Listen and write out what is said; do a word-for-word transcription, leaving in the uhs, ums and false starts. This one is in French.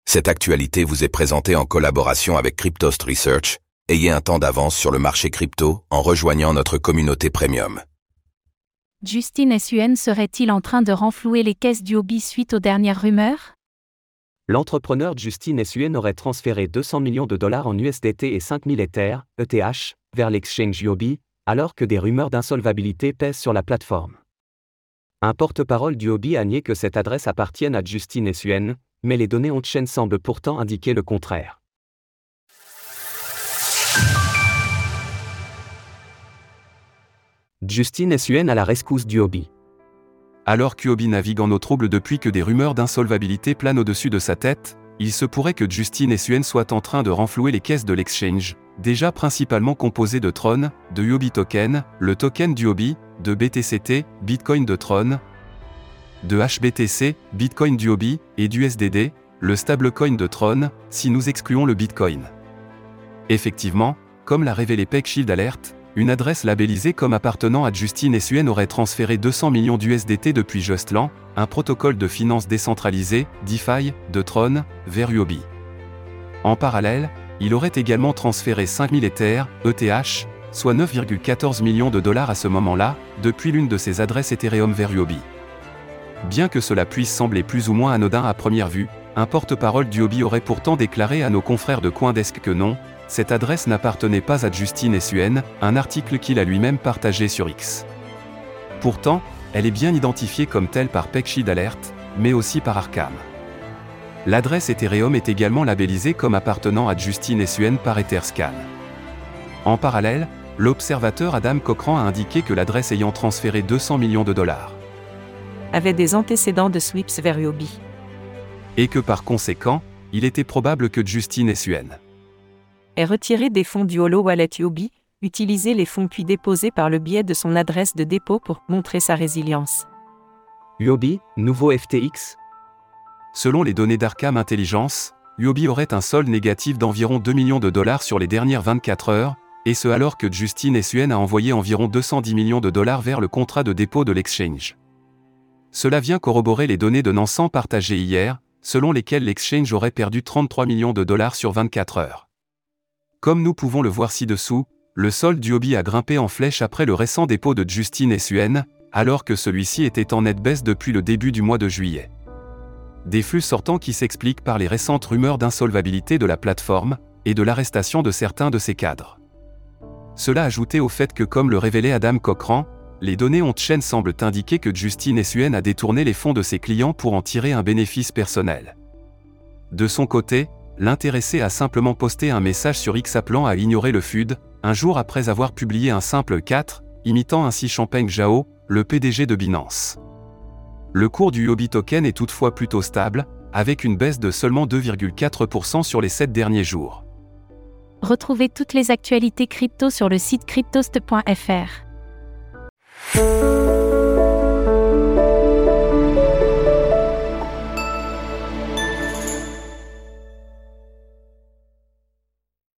Cette actualité vous est présentée en collaboration avec Cryptost Research. Ayez un temps d'avance sur le marché crypto en rejoignant notre communauté premium. Justin Sun serait-il en train de renflouer les caisses d'U O B I suite aux dernières rumeurs? L'entrepreneur Justin Sun aurait transféré deux cents millions de dollars en U S D T et cinq mille Ether, E T H, vers l'exchange U O B I, alors que des rumeurs d'insolvabilité pèsent sur la plateforme. Un porte-parole du U O B I a nié que cette adresse appartienne à Justin Sun, mais les données on-chain semblent pourtant indiquer le contraire. Justin Sun à la rescousse du U O B I. Alors qu'U O B I navigue en eau trouble depuis que des rumeurs d'insolvabilité planent au-dessus de sa tête, il se pourrait que Justin Sun soit en train de renflouer les caisses de l'exchange, déjà principalement composées de Tron, de U O B I Token, le token du U O B I, de B T C T, Bitcoin de Tron, de H B T C, Bitcoin du U O B I, et d'U S D D, le stablecoin de Tron, si nous excluons le Bitcoin. Effectivement, comme l'a révélé PeckShield Alert, une adresse labellisée comme appartenant à Justin Sun aurait transféré deux cents millions d'U S D T depuis Justland, un protocole de finance décentralisé, DeFi, de Tron, vers U O B I. En parallèle, il aurait également transféré cinq mille Ether, E T H, soit neuf virgule quatorze millions de dollars à ce moment-là, depuis l'une de ses adresses Ethereum vers U O B I. Bien que cela puisse sembler plus ou moins anodin à première vue, un porte-parole du U O B I aurait pourtant déclaré à nos confrères de CoinDesk que non, cette adresse n'appartenait pas à Justin Sun, un article qu'il a lui-même partagé sur X. Pourtant, elle est bien identifiée comme telle par PeckShield Alert, mais aussi par Arkham. L'adresse Ethereum est également labellisée comme appartenant à Justin Sun par Etherscan. En parallèle, l'observateur Adam Cochran a indiqué que l'adresse ayant transféré deux cents millions de dollars avait des antécédents de sweeps vers U O B I. Et que par conséquent, il était probable que Justin Sun ait retiré des fonds du Holo Wallet U O B I, utilisé les fonds puis déposés par le biais de son adresse de dépôt pour montrer sa résilience. U O B I, nouveau F T X. Selon les données d'Arkham Intelligence, U O B I aurait un solde négatif d'environ deux millions de dollars sur les dernières vingt-quatre heures, et ce alors que Justin Sun a envoyé environ deux cent dix millions de dollars vers le contrat de dépôt de l'exchange. Cela vient corroborer les données de Nansen partagées hier, selon lesquelles l'exchange aurait perdu trente-trois millions de dollars sur vingt-quatre heures. Comme nous pouvons le voir ci-dessous, le solde du U O B I a grimpé en flèche après le récent dépôt de Justin Sun, alors que celui-ci était en nette baisse depuis le début du mois de juillet. Des flux sortants qui s'expliquent par les récentes rumeurs d'insolvabilité de la plateforme, et de l'arrestation de certains de ses cadres. Cela ajouté au fait que comme le révélait Adam Cochran, les données on-chain semblent indiquer que Justin Sun a détourné les fonds de ses clients pour en tirer un bénéfice personnel. De son côté, l'intéressé a simplement posté un message sur X appelant à ignorer le F U D, un jour après avoir publié un simple quatre, imitant ainsi Changpeng Zhao, le P D G de Binance. Le cours du U O B I token est toutefois plutôt stable, avec une baisse de seulement deux virgule quatre pour cent sur les sept derniers jours. Retrouvez toutes les actualités crypto sur le site cryptost point f r.